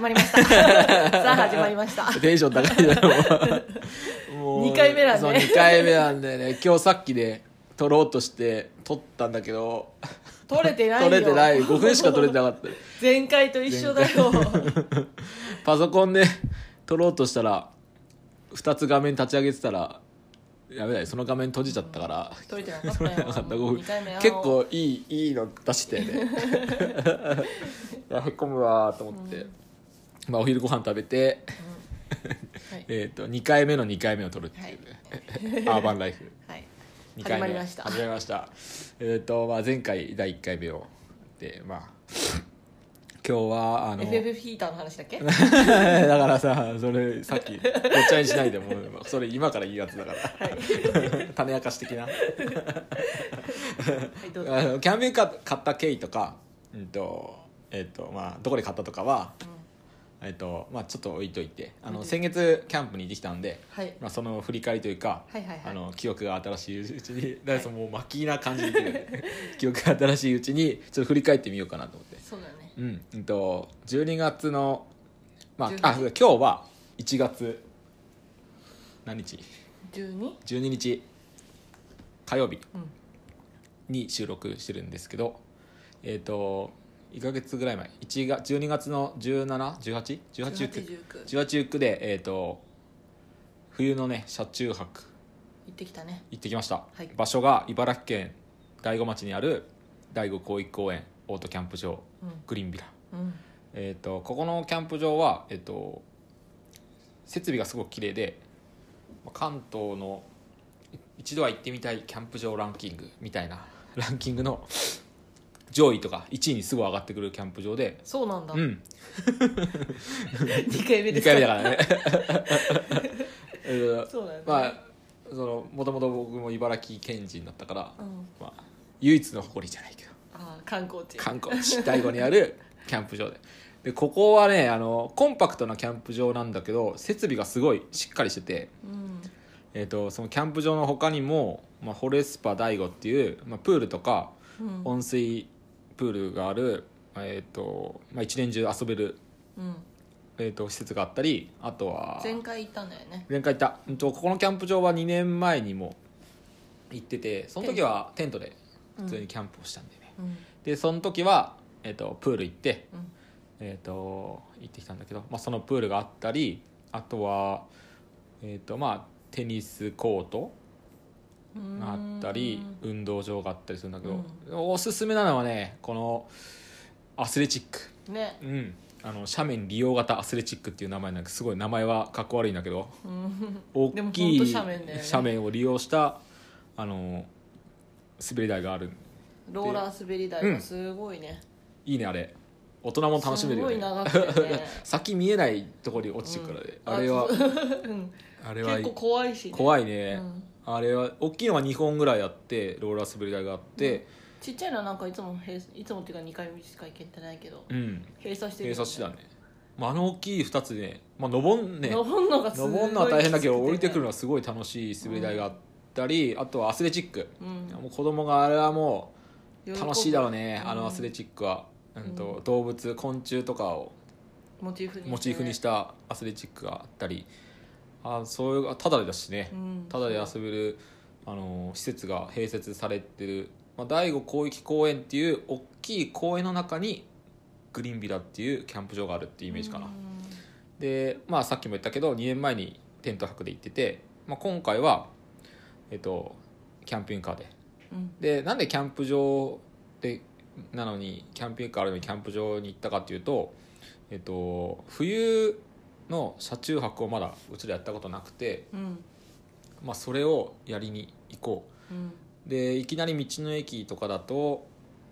まりましたさあ始まりましたテンション高いだろもう 2回目なんでそう2回目なんでね今日さっきね撮ろうとして撮ったんだけど撮れてないよ撮れてない5分しか撮れてなかった前回と一緒だよパソコンで撮ろうとしたら2つ画面立ち上げてたらやめだよその画面閉じちゃったから、 撮れてなかったよ2回目結構いいの出してねいやへこむわと思って、まあ、お昼ご飯食べて、 はい、 2回目の2回目を撮るっていうね、はい、アーバンライフ、 はい、 2回目始まりました始まりました。まあ、前回第1回目をで、まあ、今日は FF ヒーターの話だっけだからさそれさっきごっちゃにしないでもうそれ今からいいやつだから、はい、種明かし的な、はい、 どうぞ。 キャンピングカー買った経緯とか、まあ、どこで買ったとかは、まあ、ちょっと置いといて先月キャンプに行ってきたんで、 はい、 まあ、その振り返りというか、 はいはいはい、 記憶が新しいうちにだからもう巻きな感じで言ってる、ね、記憶が新しいうちにちょっと振り返ってみようかなと思ってそうだね、 12月の、まあ、今日は1月何日 12 日火曜日に収録してるんですけど、1ヶ月ぐらい前12月の171819で、冬のね車中泊行ってきたね。 行ってきました、 はい、 場所が茨城県大子町にある大子広域公園オートキャンプ場、グリーンビラ、ここのキャンプ場は、設備がすごく綺麗で関東の一度は行ってみたいキャンプ場ランキングみたいなランキングの上位とか1位にすぐ上がってくるキャンプ場でそうなんだ、 2 回目です 2回目だからねそうなんだね、 まあもともと僕も茨城県人だったから、まあ、唯一の誇りじゃないけど観光地大子にあるキャンプ場でここはねコンパクトなキャンプ場なんだけど設備がすごいしっかりしてて、そのキャンプ場の他にも、まあ、フォレスパ大子っていう、まあ、プールとか、温水プールがある、まあ、一年中遊べる、施設があったりあとは前回行ったんだよね。 前回行った、ここのキャンプ場は2年前にも行っててその時はテントで普通にキャンプをしたんでね、でその時は、プール行って、行ってきたんだけど、まあ、そのプールがあったりあとは、まあ、テニスコートがあったり運動場があったりするんだけど、おすすめなのはねこのアスレチック、 ね、 斜面利用型アスレチックっていう名前なんかすごい名前はかっこ悪いんだけど、大でもきい本当斜面だよね、 斜面を利用した滑り台がある。 ローラー滑り台がすごいね、 いいねあれ大人も楽しめるよね。 すごい長くてね先見えないところに落ちてくからね、あれはあれは結構怖いし、ね、 怖いね、あれは大きいのが2本ぐらいあってローラー滑り台があって、 ちっちゃいのはなんかいつもっていうか2回目しか行けてないけど、閉鎖してる、 閉鎖してたね、まあ、大きい2つね、まあ、登るのがすごい登るのは大変だけど降りてくるのはすごい楽しい滑り台があったり、あとはアスレチック、もう子供があれはもう楽しいだろうね、アスレチックは、動物昆虫とかをモチーフにしたアスレチックがあったり、そういうタダでだしね、タダで遊べる施設が併設されてる、まあ、第5広域公園っていう大きい公園の中にグリーンビラっていうキャンプ場があるっていうイメージかな。で、まあ、さっきも言ったけど2年前にテント泊で行ってて、まあ、今回は、キャンピングカーで、でなんでキャンプ場でなのにキャンピングカーあるのにキャンプ場に行ったかっていうと、冬の車中泊をまだうちでやったことなくて、まあ、それをやりに行こう、でいきなり道の駅とかだと、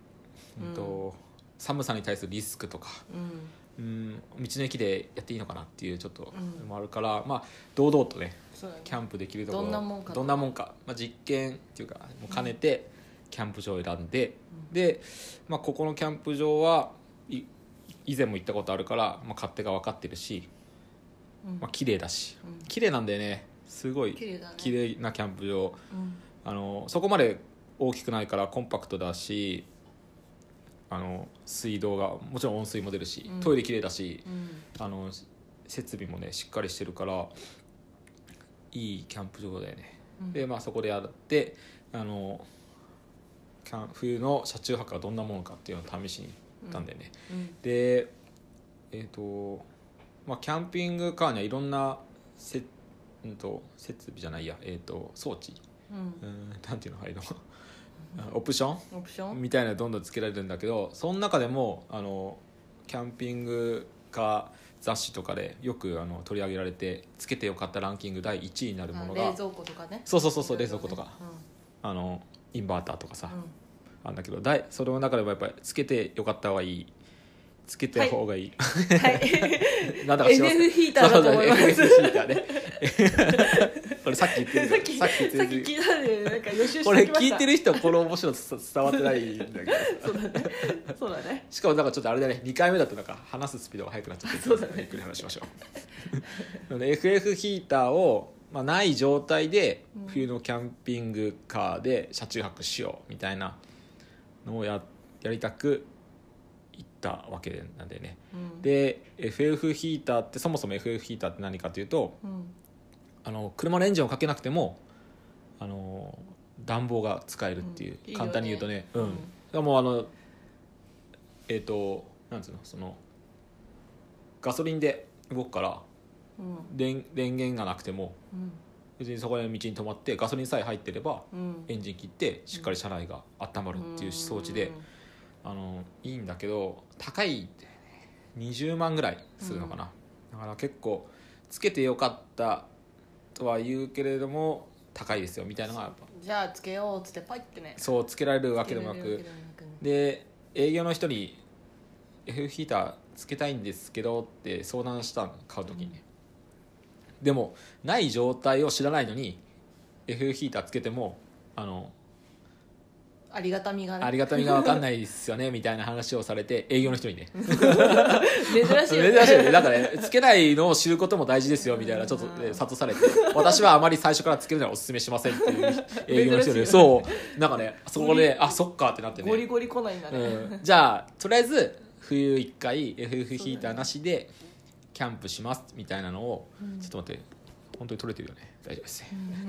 寒さに対するリスクとか、道の駅でやっていいのかなっていうちょっともあるから、まあ、堂々とねキャンプできるところどんなもんか、まあ、実験っていうかもう兼ねてキャンプ場を選んで、で、まあ、ここのキャンプ場は以前も行ったことあるから、まあ、勝手が分かってるし、まあ綺麗だし、綺麗なんだよね、すごい綺麗なキャンプ場、そこまで大きくないからコンパクトだし、 水道がもちろん温水も出るし、トイレきれいだし、設備もねしっかりしてるからいいキャンプ場だよね、でそこでやって冬の車中泊がどんなものかっていうのを試しに行ったんだよね、でキャンピングカーにはいろんな設備じゃないや、装置、なんていうの入るのオプションみたいなのどんどんつけられるんだけど、その中でもキャンピングカー雑誌とかでよく取り上げられてつけてよかったランキング第1位になるものが冷蔵庫とかね、 そう冷蔵庫とか、インバーターとかさ、あんだけどそれの中でもやっぱりつけてよかった方がいい、つけた方がいい、なんだか知ら NF ヒーターだと思います。 NF ヒーターねこれさっき言ってるさっき聞いたんでなんか予習してきました。 これ聞いてる人はこの面白さ伝わってないんだけどそうだねしかもなんかちょっとあれだね、2回目だとなんか話すスピードが速くなっちゃってそうだねゆっくり話しましょうFF ヒーターを、ない状態で冬のキャンピングカーで車中泊しようみたいなのをやりたく行ったわけなんだよね、で FF ヒーターってそもそも FF ヒーターって何かというと、車のエンジンをかけなくても暖房が使えるっていう、 いいよね、 簡単に言うとね、もうなんつうの、そのガソリンで動くから、電源がなくても、別にそこで道に止まってガソリンさえ入ってれば、エンジン切ってしっかり車内が温まるっていう装置で、いいんだけど高いって20万ぐらいするのかな、だから結構つけてよかったとは言うけれども高いですよみたいなのがやっぱ、 じゃあつけようっつってパイってね、 そうつけられるわけでもなく、で営業の人に FF ヒーターつけたいんですけどって相談したの、買う時にね、でもない状態を知らないのに FF ヒーターつけてもありがたみがね、 ありがたみが分かんないですよねみたいな話をされて、営業の人にね珍しいよね、 珍しいよね、だからねつけないのを知ることも大事ですよみたいなちょっと諭されて、私はあまり最初からつけるのはお勧めしませんっていう営業の人で、そうなんかねそこでそっかってなってね、 ゴリゴリ来ないんだね、 じゃあとりあえず冬1回 FF ヒーターなしでキャンプしますみたいなのを、ちょっと待って本当に撮れてるよね、大丈夫です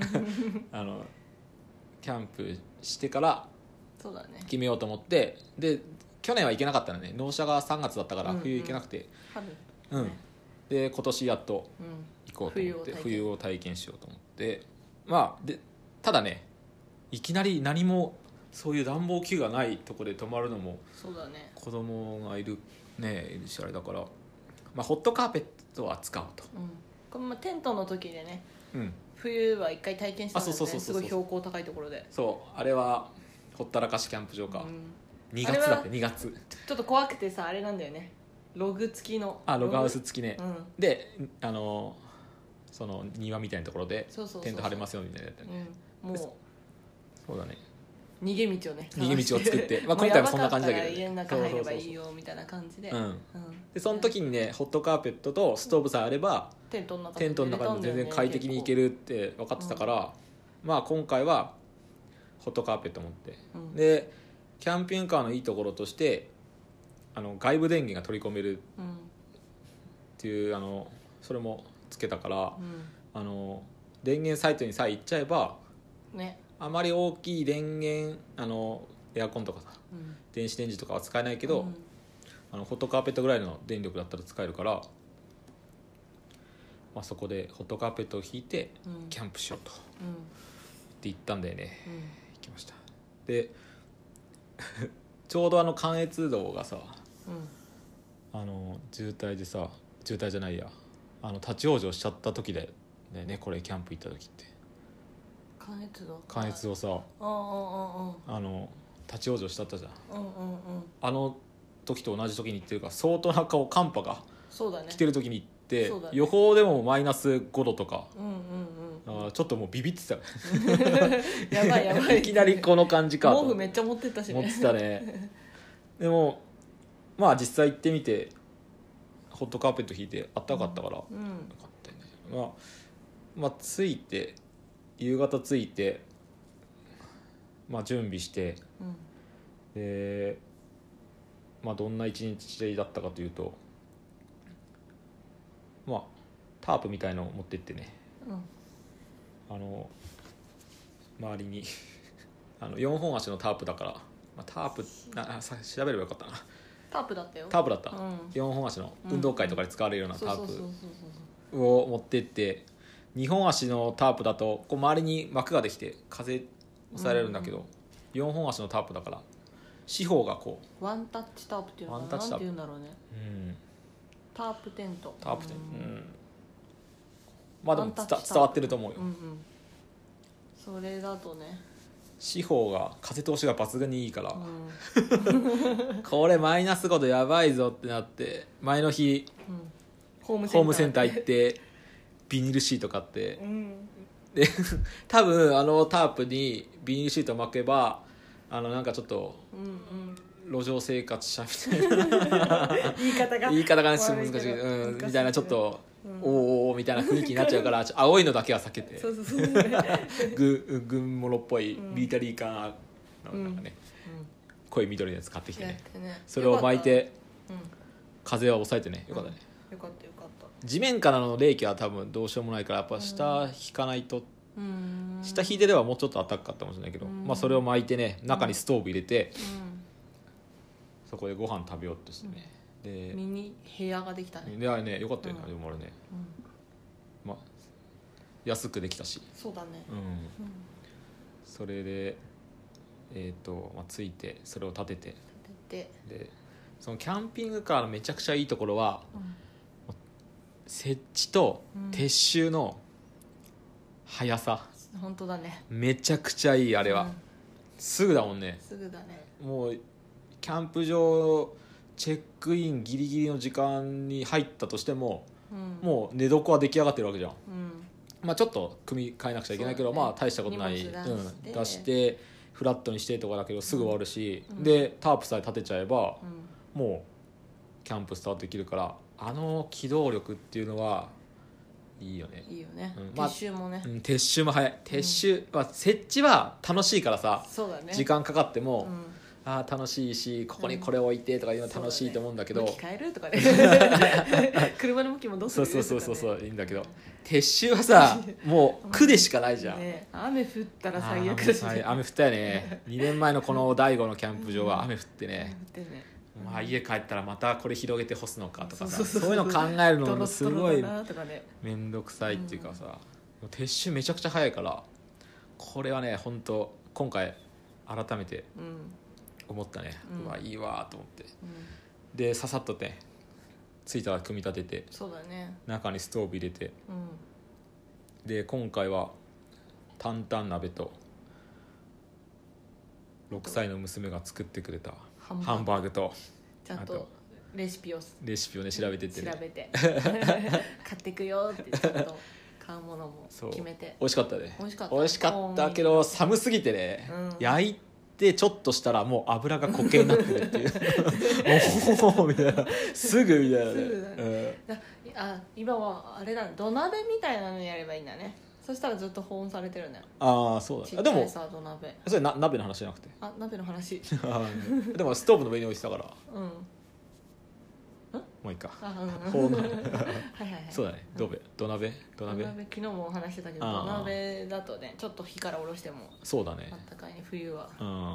キャンプしてからそうだね、 決めようと思って、で去年は行けなかったのね、納車が3月だったから冬行けなくて、で今年やっと行こうと思って、冬を体験しようと思って、でただねいきなり何もそういう暖房器具がないところで泊まるのも、 そうだね、 子供がいるしあれだから、ホットカーペットは使うと、 これテントの時でね、 うん、 冬は一回体験したんですね、 そうすごい標高高いところで、 そうあれはほったらかしキャンプ場か、2月だって2月ちょっと怖くてさ、あれなんだよね、ログ付きの、 ログハウス付きね、でその庭みたいなところでテント張れますよみたいなやつね、もうそうだね、 逃げ道をね、 逃げ道を作って、今回もそんな感じだけど、 家の中入ればいいよみたいな感じで、 でその時にねホットカーペットとストーブさえあれば、テントの中でも全然快適に行けるって分かってたから、今回はホットカーペット持って、でキャンピングカーのいいところとして外部電源が取り込めるっていう、それもつけたから、電源サイトにさえ行っちゃえば、あまり大きい電源エアコンとかさ、電子レンジとかは使えないけど、ホットカーペットぐらいの電力だったら使えるから、そこでホットカーペットを引いてキャンプしようと、って言ったんだよね、行きました。でちょうど関越道がさ、渋滞でさ、渋滞じゃないや、立ち往生しちゃった時だよね、これキャンプ行った時って、関越道さ、立ち往生しちゃったじゃん、あの時と同じ時に行ってるから、相当な寒波が来てる時に行って、予報でもマイナス5度とか、ちょっともうビビってたやばいやばいいきなりこの感じかと、 毛布めっちゃ持ってったしね、 持ってたねでも実際行ってみてホットカーペット引いてあったかかったから、よかったよね。着いて夕方着いて、準備して、でまあ、どんな一日だったかというと、まあタープみたいのを持ってってね、周りに4本足のタープだから、まあ、タープ調べればよかったな。 タープだったよ。 タープだった、4本足の運動会とかで使われるようなタープを持ってって、2本足のタープだとこう周りに膜ができて風抑えられるんだけど、4本足のタープだから四方がこうワンタッチタープっていうのかな、なんていうんだろうね、タープテント、まあでも伝わってると思うよ、 それだとね、 四方が風通しが抜群にいいから、これマイナス5度やばいぞってなって、前の日、ホームセンター行ってビニールシート買って、で多分タープにビニールシート巻けばなんかちょっと、路上生活者みたいな言い方がね難しいけど、みたいなちょっと、おおみたいな雰囲気になっちゃうから青いのだけは避けて、軍物っぽいミリタリー感なんかね、濃い緑のやつ買ってきてね、それを巻いて風は抑えてね、よかったね。 よかったよかった。 地面からの冷気は多分どうしようもないから、やっぱ下引かないと、下引いてればもうちょっと暖かかったかもしれないけど、まあそれを巻いてね、中にストーブ入れて、そこでご飯食べようとしてね、でミニ部屋ができたね。 いやね、よかったよね、でもあれね、まあ安くできたし、 そうだね、 それでまあ、ついてそれを立ててで、そのキャンピングカーのめちゃくちゃいいところは、設置と撤収の速さ、 本当だね、 めちゃくちゃいい。あれは、すぐだもんね。 すぐだね。 もうキャンプ場チェックインギリギリの時間に入ったとしても、もう寝床は出来上がってるわけじゃん、まあ、ちょっと組み替えなくちゃいけないけど、まあ大したことない、出してフラットにしてとかだけどすぐ終わるし、でタープさえ立てちゃえば、もうキャンプスタートできるから、機動力っていうのはいいよね。 いいよね、撤収もね、 撤収も早い。撤収は、設置は楽しいからさ、 そうだね、 時間かかっても、楽しいし、ここにこれ置いてとかいうの楽しいと思うんだけど、 向き変えるとかね車の向きもどうするとか、 そういいんだけど、撤収はさもう苦でしかないじゃん、 雨降ったら最悪だし、 雨降ったよね2年前のこの第5のキャンプ場は雨降ってね、まあ、家帰ったらまたこれ広げて干すのかとかさ、そういうの考えるのもすごい面倒くさいっていうかさ、撤収めちゃくちゃ早いから、これはね本当今回改めて思ったね、うわいいわと思って、でささっとね着いたら組み立てて、 そうだね、 中にストーブ入れて、で今回は担々鍋と6歳の娘が作ってくれたハンバーグと、 ちゃんとレシピをね調べてってね、 買っていくよってちゃんと買うものも決めて、 美味しかったね。 美味しかったけど寒すぎてね、焼いてちょっとしたらもう油が固形になってるっていうおおみたいな、すぐみたいなね、 今はあれだね、土鍋みたいなのやればいいんだね。そしたらずっと保温されてるね。 ああそうだ。でも土鍋、 それ鍋の話じゃなくて、 鍋の話でもストーブの上に置いてたから、もういいか、保温のそうだね、土鍋昨日も話してたけど、土鍋だとねちょっと火から下ろしてもそうだね、 あったかいね冬は。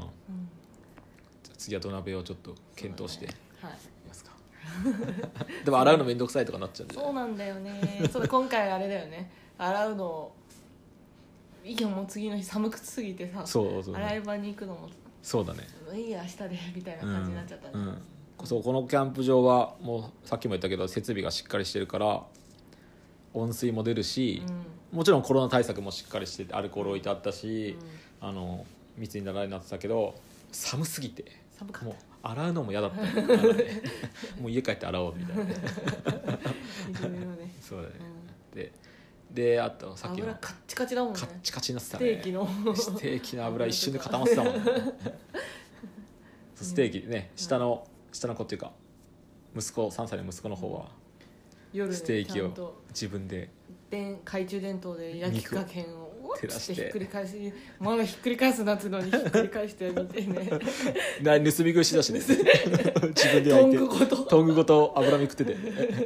次は土鍋をちょっと検討していますか。 でも洗うのめんどくさいとかなっちゃうんで、 そうなんだよね。今回あれだよね、洗うのいいよ、もう次の日寒くすぎてさ、洗い場に行くのもそうだね、 いいや明日でみたいな感じになっちゃったね。 そう、このキャンプ場はもうさっきも言ったけど設備がしっかりしてるから温水も出るし、もちろんコロナ対策もしっかりしててアルコール置いてあったし、密にならないようになってたけど、寒すぎてもう洗うのも嫌だったもう家帰って洗おうみたいなそうだね、であとさっきの油カッチカチだもんね、 カッチカチになってたね、 ステーキの油一瞬で固まってたもんねステーキね、下の子っていうか3歳の息子の方はステーキを自分で懐中電灯で焼き加減を照らしてひっくり返しまだひっくり返す夏のにひっくり返してみてね盗み食いしだしね自分で焼いてトングごと脂身食ってて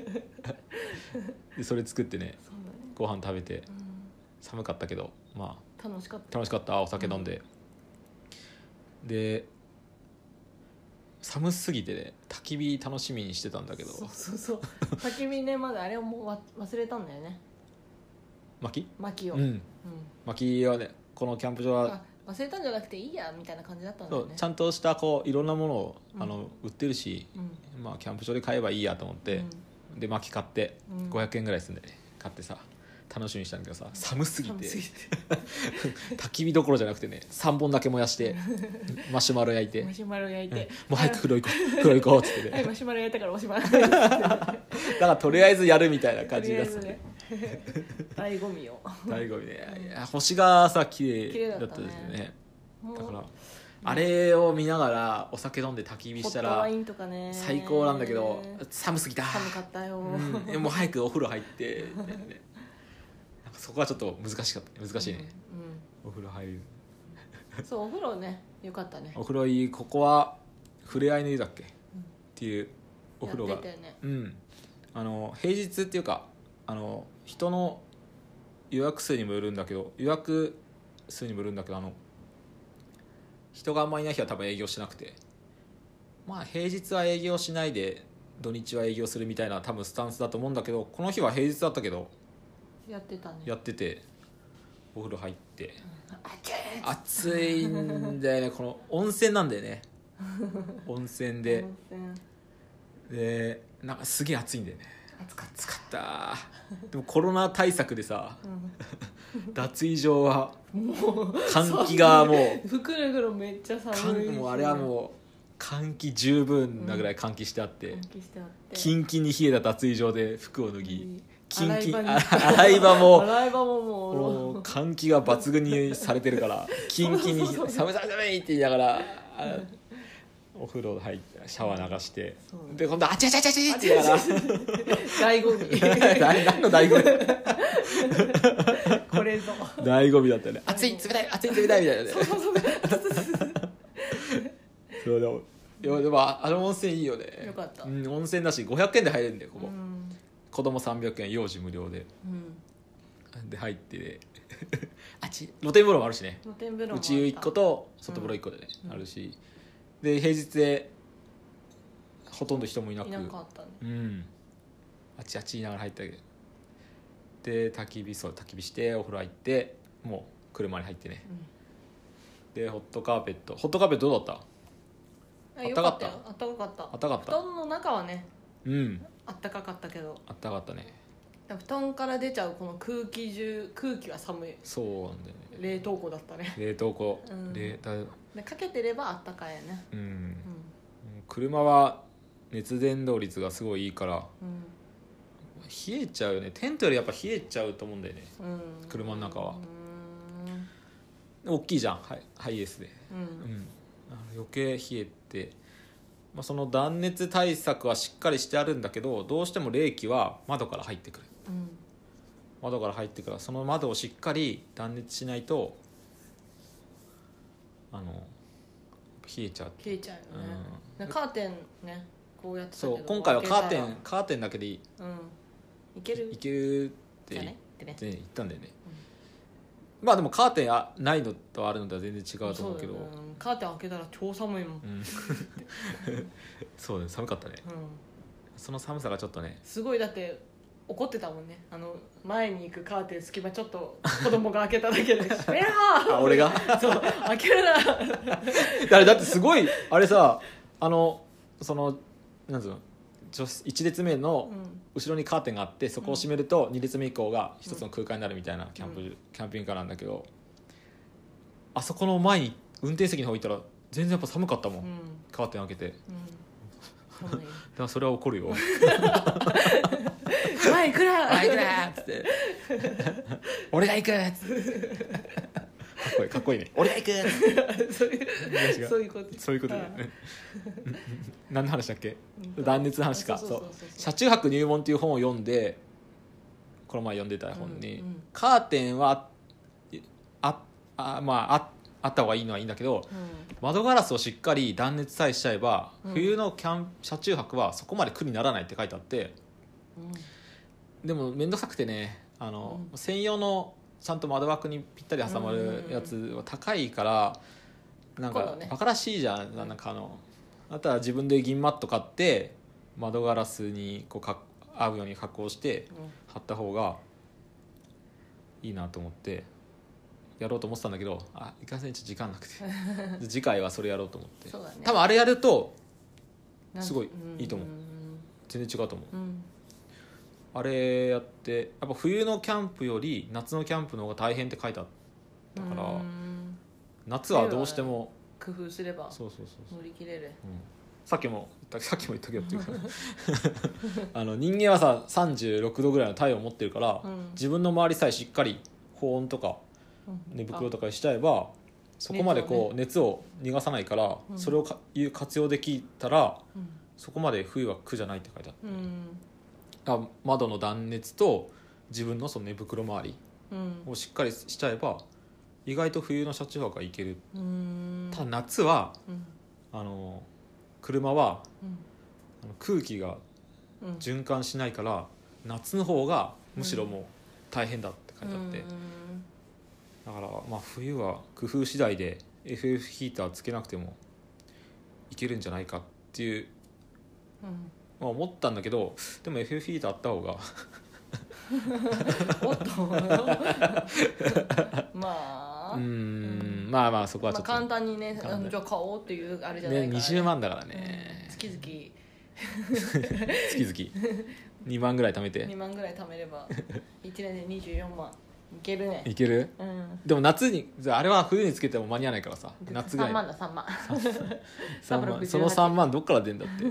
でそれ作ってねご飯食べて、寒かったけどまあ楽しかったお酒飲んで、で寒すぎてね焚き火楽しみにしてたんだけどそう焚き火ねまだあれをもう忘れたんだよね薪を、 薪はねこのキャンプ場は忘れたんじゃなくていいやみたいな感じだったんだよね。 そうちゃんとしたこういろんなものを売ってるし、まあ、キャンプ場で買えばいいやと思って、で薪買って500円ぐらいするんでね買ってさ楽しみにしたんだけどさ寒すぎて焚き火どころじゃなくてね3本だけ燃やしてマシュマロ焼いてもう早く風呂行こうっつってね、 はい、マシュマロ焼いたからおしまいだからとりあえずやるみたいな感じですね醍醐味ね、 いや星がさ綺麗だったですね。だからあれを見ながらお酒飲んで焚き火したら最高なんだけど寒すぎた。 寒かったよ、 もう早くお風呂入ってなんかそこはちょっと難しいね、お風呂入るそうお風呂ねよかったね。 お風呂いい。ここはふれあいの湯だっけ、っていうお風呂が、平日っていうか人の予約数にもよるんだけど人があんまりいない日は多分営業してなくて、まあ平日は営業しないで土日は営業するみたいな多分スタンスだと思うんだけど、この日は平日だったけどやってたね。 やっててお風呂入って、暑いんだよねこの温泉なんだよね温泉でなんかすげえ暑いんだよね。暑かったでもコロナ対策でさ、脱衣所は換気がもう服脱ぐのめっちゃ寒い、 もうあれはもう換気十分なぐらい換気してあって、キンキンに冷えた脱衣所で服を脱ぎ、洗い場ももう換気が抜群にされてるからキンキンに寒いって言いながらお風呂入ってシャワー流して、で今度あちゃちゃちゃちゃって言いながら醍醐味何の醍醐味これぞ醍醐味だったよね。熱い冷たいみたいなね。そうでもあの温泉いいよね。 よかった、 温泉だし500円で入れるんだよここ、子供300円幼児無料で、で入ってね露天風呂もあるしね。内湯1個と外風呂1個でね、あるし、で平日でほとんど人もいなくいなかったね、 あちあち言いながら入ったけど、で焚き火してお風呂入ってもう車に入ってね、でホットカーペットどうだった？あったかった？ あったかかった。 あったかった。 布団の中はね、あったかかったけど、 あったかかったね。 布団から出ちゃうこの空気は寒い。 そうなんだよね。 冷凍庫だったね。 冷凍庫、 でかけてればあったかいよね。 車は熱伝導率がすごいいいから、冷えちゃうよね。テントよりやっぱ冷えちゃうと思うんだよね、車の中は。大きいじゃん、ハイエースで、余計冷えて、その断熱対策はしっかりしてあるんだけど、どうしても冷気は窓から入ってくる、窓から入ってからその窓をしっかり断熱しないと冷えちゃうよね、 カーテンねこうやってたけど、 そう今回はカーテンだけでいい、 いけるって言ったんだよね、まあでもカーテンないのとあるのとは全然違うと思うけど、 カーテン開けたら超寒いもん、 そうね、寒かったね、その寒さがちょっとねすごい。だって怒ってたもんね、前に行くカーテン隙間ちょっと子供が開けただけで俺がそう開けるなだってすごいあれさ、そのなんつうの1列目の後ろにカーテンがあって、そこを閉めると2列目以降が一つの空間になるみたいなキャンピングカーなんだけど、あそこの前に運転席に置いたら全然やっぱ寒かったもん、カーテン開けて、だからそれは怒るよ前行くなっつって俺が行くっつってかっこいいね、俺が行くそういうことだよね何の話だっけ、断熱の話か。車中泊入門っていう本を読んで、この前読んでた本に、カーテンはあった方がいいのはいいんだけど、 うん窓ガラスをしっかり断熱さえしちゃえば、 うん冬の車中泊はそこまで苦にならないって書いてあって、でも面倒くさくてね、専用のちゃんと窓枠にぴったり挟まるやつは高いから、なんかバカらしいじゃん。なんかあとは自分で銀マット買って窓ガラスにこう合うように加工して貼った方がいいなと思ってやろうと思ってたんだけど、いかんせんちょっと時間なくて次回はそれやろうと思って、 そうだね、 多分あれやるとすごいいいと思う。全然違うと思う、あれやってやっぱ冬のキャンプより夏のキャンプの方が大変って書いてあったから、夏はどうしても工夫すればそう乗り切れる、 さっきも言ったけどっていうか人間はさ36度ぐらいの体温を持ってるから、自分の周りさえしっかり保温とか寝袋とかにしちゃえば、そこまでこう熱を逃がさないから、それを活用できたら、そこまで冬は苦じゃないって書いてあって、窓の断熱と自分のその寝袋周りをしっかりしちゃえば意外と冬の車中泊はいける。ただ夏は、車は、空気が循環しないから、夏の方がむしろもう大変だって書いてあって、だからまあ冬は工夫次第で FF ヒーターつけなくてもいけるんじゃないかっていう、思ったんだけど、でも FF ヒーターあった方がおっとまあそこはちょっと、 簡単にね、じゃあ買おうっていうあれじゃないから、 ね、20万だからね、 月々 月々2万ぐらい貯めて 2万ぐらい貯めれば1年で24万いけるね。 いける、でも夏にあれは冬につけても間に合わないからさ、夏ぐらい 3万だ3万 3万その3万どっから出んだって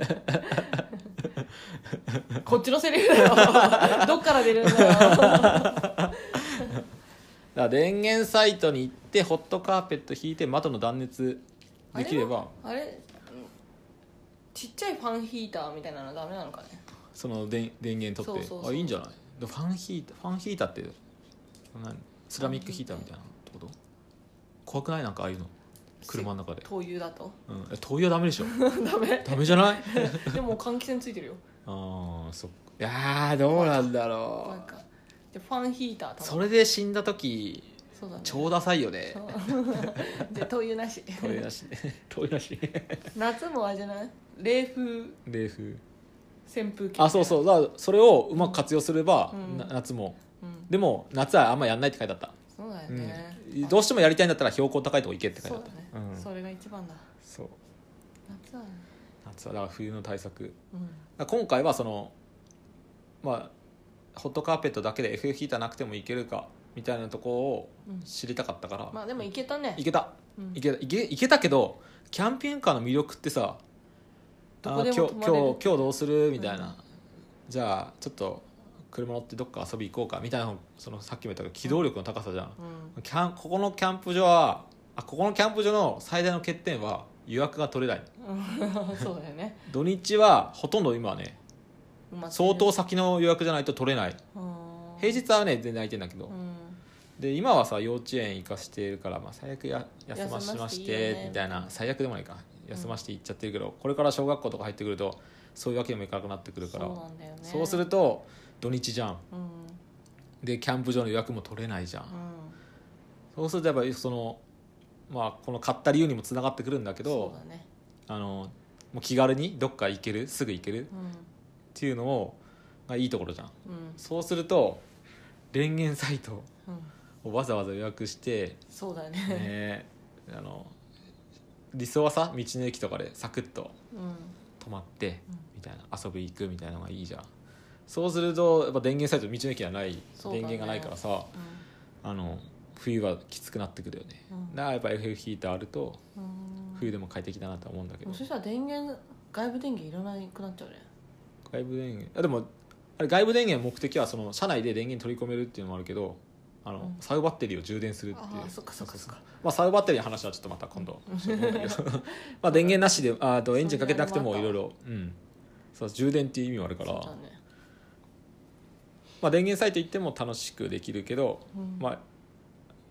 こっちのセリフだよどっから出るんだよだから電源サイトに行ってホットカーペット引いて窓の断熱できれば、 あれちっちゃいファンヒーターみたいなのダメなのかね。 その電源取っていいんじゃない。でファンヒーターってセラミックヒーターみたいなってこと？怖くない？なんかああいうの車の中で。灯油だと？ 灯油はダメでしょダメじゃないでも換気扇ついてるよそっか。いやどうなんだろう。 なんかじゃファンヒーターそれで死んだ時そうだね、 超ダサいよねで灯油なし灯油なし夏もあれじゃない？冷風扇風機。 そうだからそれをうまく活用すれば、夏も、でも夏はあんまやんないって書いてあった。 そうだよね、 どうしてもやりたいんだったら標高高いとこ行けって書いてあった。 そうだね、それが一番だ。 そう夏はだから冬の対策、今回はそのホットカーペットだけで FF ヒーターなくてもいけるかみたいなところを知りたかったから、 でもいけたね。 いけたけど、キャンピングカーの魅力ってさ、今日どうするみたいな、じゃあちょっと車乗ってどっか遊び行こうかみたいな、そのさっきも言ったけど機動力の高さじゃん、ここのキャンプ場の最大の欠点は予約が取れない、 そうだよね。 土日はほとんど今はね相当先の予約じゃないと取れない。平日はね全然空いてんだけど、で今はさ幼稚園行かしてるから、最悪休ましましてみたいな、最悪でもないか休まして行っちゃってるけど、これから小学校とか入ってくるとそういうわけにもいかなくなってくるから、そうすると土日じゃん、でキャンプ場の予約も取れないじゃん、そうするとやっぱりこの買った理由にもつながってくるんだけど、もう気軽にどっか行ける、すぐ行けるっていうのがいいところじゃん、そうすると電源サイトをわざわざ予約して、 そうだよね、 理想はさ道の駅とかでサクッと泊まってみたいな、遊び行くみたいなのがいいじゃん。そうするとやっぱ電源サイト道の駅にはない、電源がないからさ、冬はきつくなってくるよね、だからやっぱ FF ヒーターあると冬でも快適だなと思うんだけど、 そしたら外部電源いらなくなっちゃうね。 外部電源でもあれ外部電源の目的はその車内で電源取り込めるっていうのもあるけど、サウバッテリーを充電するっていう。 そっかサウバッテリーの話はちょっとまた今度しようと思うんだけど電源なしでエンジンかけてなくてもいろいろ充電っていう意味もあるから、電源サイト行っても楽しくできるけど、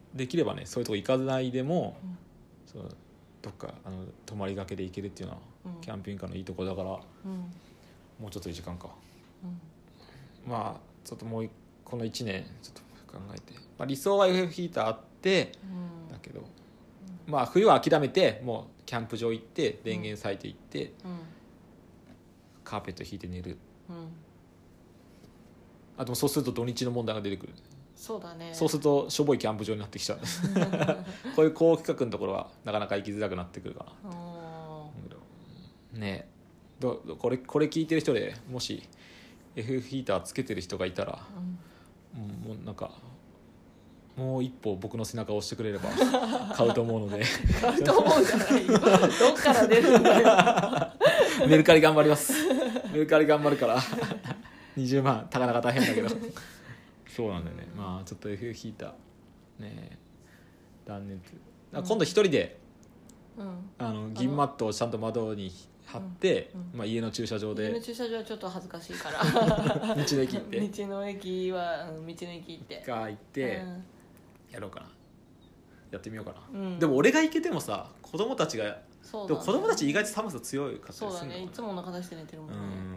できればねそういうとこ行かないでも、そのどっか泊まりがけで行けるっていうのは、キャンピングカーのいいところだから、もうちょっと時間か、まあちょっともうこの1年ちょっと考えて、まあ、理想は FF ヒーターあって、だけど、まあ冬は諦めてもうキャンプ場行って電源サイト行って、カーペット引いて寝る、あとそうすると土日の問題が出てくる。 そうだね。 そうするとしょぼいキャンプ場になってきちゃうこういう高規格のところはなかなか行きづらくなってくるかな。ねえ、これ聞いてる人でもし FF ヒーターつけてる人がいたら、もうなんかもう一歩僕の背中を押してくれれば買うと思うので買うと思うんじゃないよ、どっから出るんだよメルカリ頑張ります。メルカリ頑張るから20万高々大変だけどそうなんだよね。まあちょっと FF ヒーターね断熱、今度一人で、銀マットをちゃんと窓に貼って、まあ、家の駐車場で、 家の駐車場はちょっと恥ずかしいから道の駅行って道の駅は道の駅行って行って、やろうかな、やってみようかな、でも俺が行けてもさ子供たちが、でも子供たち意外と寒さ強いかったりするのかな。 そうだね、いつもお腹出して寝てるもんね。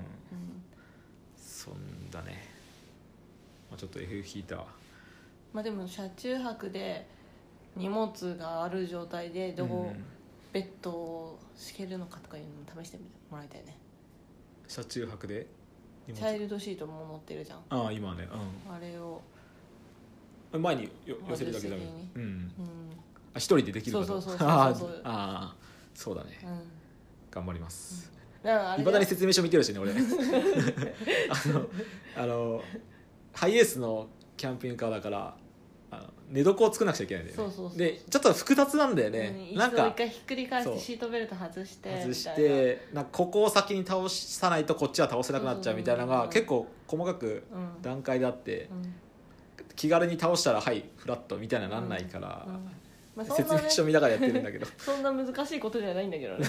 そんだね、まあ、ちょっと FF ヒーター、 まあでも車中泊で荷物がある状態でどうベッドを敷けるのかとかいうのを試してもらいたいね。 車中泊でチャイルドシートも持ってるじゃん。 ああ今ね、 あれを前に寄せるだけだけど、一人でできるかと。 そうああそうだね、頑張ります。いままだに説明書見てるしね俺ハイエースのキャンピングカーだから寝床を作らなくちゃいけないんだよね。でちょっと複雑なんだよね、 なんか一回ひっくり返してシートベルト外してなんかここを先に倒さないとこっちは倒せなくなっちゃうみたいなのが結構細かく段階であって、気軽に倒したらはいフラットみたいななんないから、説明書見ながらやってるんだけどそんな難しいことじゃないんだけどね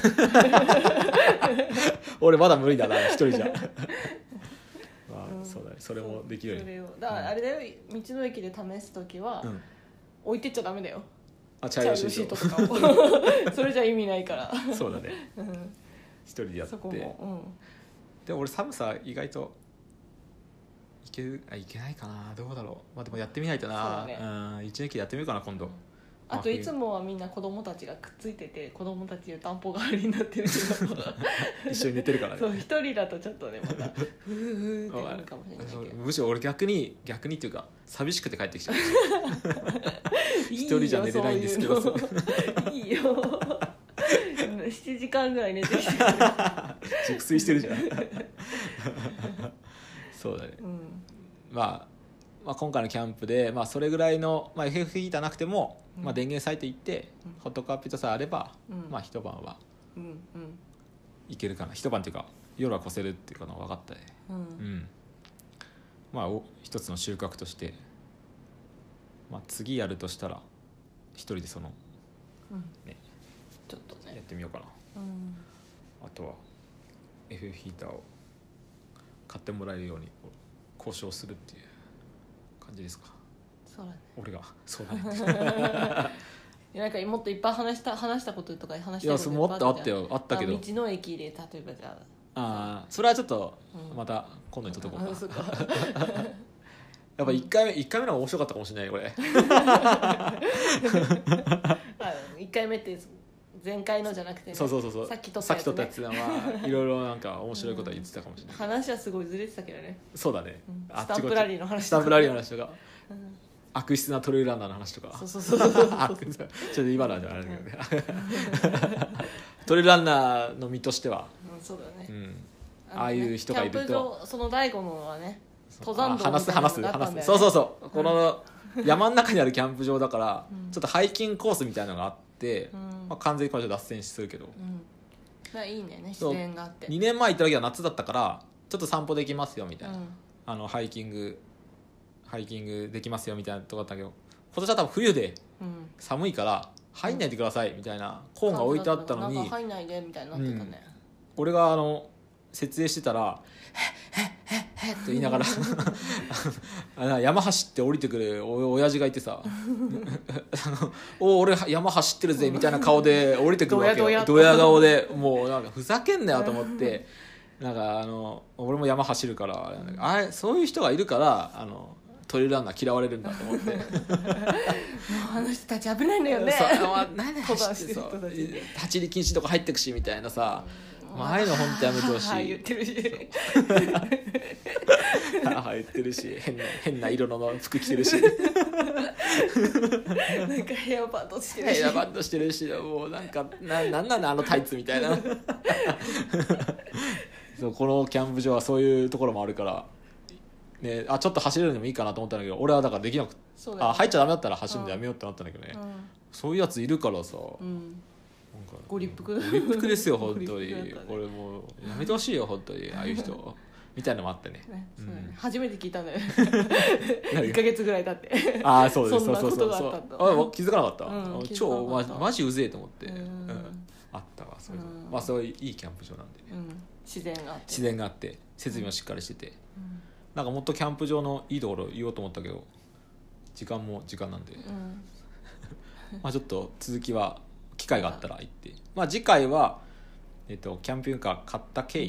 俺まだ無理だな一人じゃまあそうだね、それもできるように。 だからあれだよ、道の駅で試すときは、置いてっちゃダメだよ、 チャイルドシートとかをそれじゃ意味ないからそうだね、一人でやって。そこも、でも俺寒さ意外といけないかな、どうだろう。まあでもやってみないとな、道の駅でやってみようかな今度。 あといつもはみんな子供たちがくっついてて子供たち湯たんぽ代わりになってるけど一緒に寝てるからね。 そう一人だとちょっとねまたフーってなるかもしれないけど、 むしろ俺逆にっていうか寂しくて帰ってきちゃう一人じゃ寝れないんですけどいいよ7時間ぐらい寝てきて熟睡してるじゃんそうだね、まあ、今回のキャンプで、まあ、それぐらいの、まあ、FF ヒーターなくても、まあ、電源サイト行って、ホットカーペットさえあれば、まあ、一晩はいけるかな。一晩っていうか夜は越せるっていうかの分かったね。まあ一つの収穫として、まあ、次やるとしたら一人でその、ね、 ちょっとねやってみようかな。あとは FF ヒーターを買ってもらえるように交渉するっていう感じですか。 そうだね、 俺がそうだねなんかもっといっぱい話したこととか話したこともっとあったよ、あったけど、 道の駅で例えばじゃあそれはちょっとまた今度にとっておこうかやっぱ1回目の方が面白かったかもしれないこれ 1回目って前回のじゃなくて、ね、 そうさっき撮ったやつは、いろいろなんか面白いことは言ってたかもしれない、 話はすごいずれてたけどね。 そうだね、 スタンプラリーの話とか悪質なトレイルランナーの話とかそうちょっと今のはあれだけどねトレイルランナーの身としては、 そうだね、 ああいう人がいるとキャンプ場、その第5のはね登山道みたいなのがあったんだよね。 そうこの山の中にあるキャンプ場だから、ちょっとハイキングコースみたいなのがあって、まあ、完全にこれ脱線するけど、 いいね、自然があって。 2年前行った時は夏だったからちょっと散歩できますよみたいな、ハイキングできますよみたいなとこだったけど、今年は多分冬で寒いから入んないでくださいみたいなコーンが置いてあったのに、 なんか入んないでみたいになってたね、 俺が設営してたら「へっへっへっへっ」と言いながら山走って降りてくる親父がいてさ俺山走ってるぜみたいな顔で降りてくるわけよ。ドヤ顔でもうなんかふざけんなよと思ってなんか俺も山走るからそういう人がいるからトレイルランナー嫌われるんだと思ってもうあの人たち危ないんだよね。 何で走ってさ立ち入り禁止とか入ってくしみたいなさ、ああいうの本当やめてほしい。 言ってるし言ってるし変な色の服着てるしなんかヘアバンドしてるしヘアバンドしてるしもうなんかなんなのタイツみたいなそうこのキャンプ場はそういうところもあるからね、ちょっと走れるのもいいかなと思ったんだけど俺はだからできなくて、ね、入っちゃダメだったら走るのやめようってなったんだけどね、そういうやついるからさ、なんかご立腹ですよ本当にこれもうやめてほしいよ本当にああいう人みたいなのもあってね初めて聞いたのよ1ヶ月ぐらい経ってそうですそんなことがあったと気づかなかった、超マジうぜえと思って、あったわそうそういういいキャンプ場なんでね、 自然があって設備もしっかりしてて、なんかもっとキャンプ場のいいところ言おうと思ったけど時間も時間なんで、ちょっと続きは機会があったら行って、次回は、キャンピングカー買った経緯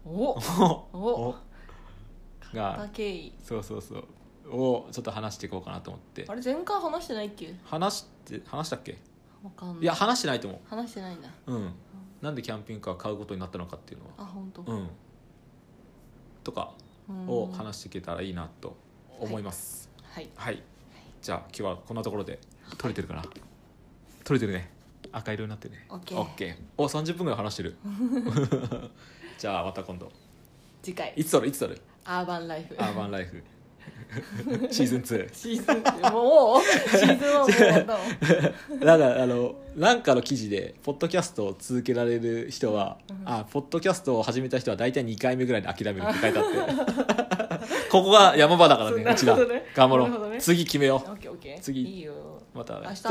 がそうをちょっと話していこうかなと思って。 あれ前回話してないっけ？ 話したっけ？ わかんない。 いや話してないと思う。 話してないんだ。 なんでキャンピングカー買うことになったのかっていうのは本当。 とかを話していけたらいいなと思います。はい。じゃあ今日はこんなところで撮れてるかな？撮れてるね。赤色になってるね。 オッケー。 お30分ぐらい話してる。じゃあまた今度。 次回。 いつ撮る？ アーバンライフ。 シーズン2。 シーズン2もうシーズン1も終わったの。 なんかの記事でポッドキャストを続けられる人は、ポッドキャストを始めた人は大体2回目ぐらいで諦めるって書いてあってここが山場だからね。うちら頑張ろう。次決めよう。次いいよ。 また明日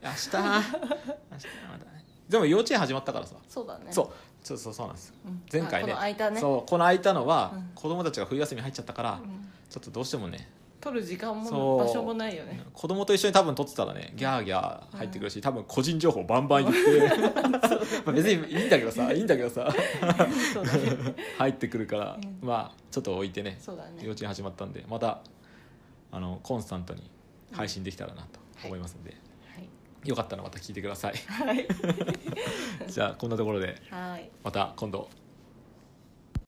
でも幼稚園始まったからさ。 そうだね。 そうなんです。前回ね、 この空いたのは子供たちが冬休み入っちゃったからちょっとどうしてもね撮る時間も場所もないよね。 子供と一緒に多分撮ってたらねギャーギャー入ってくるし、多分個人情報バンバン言って別にいいんだけどさ入ってくるからちょっと置いてね。幼稚園始まったんでまたコンスタントに配信できたらなと思いますんで、よかったらまた聞いてください。じゃあこんなところでまた今度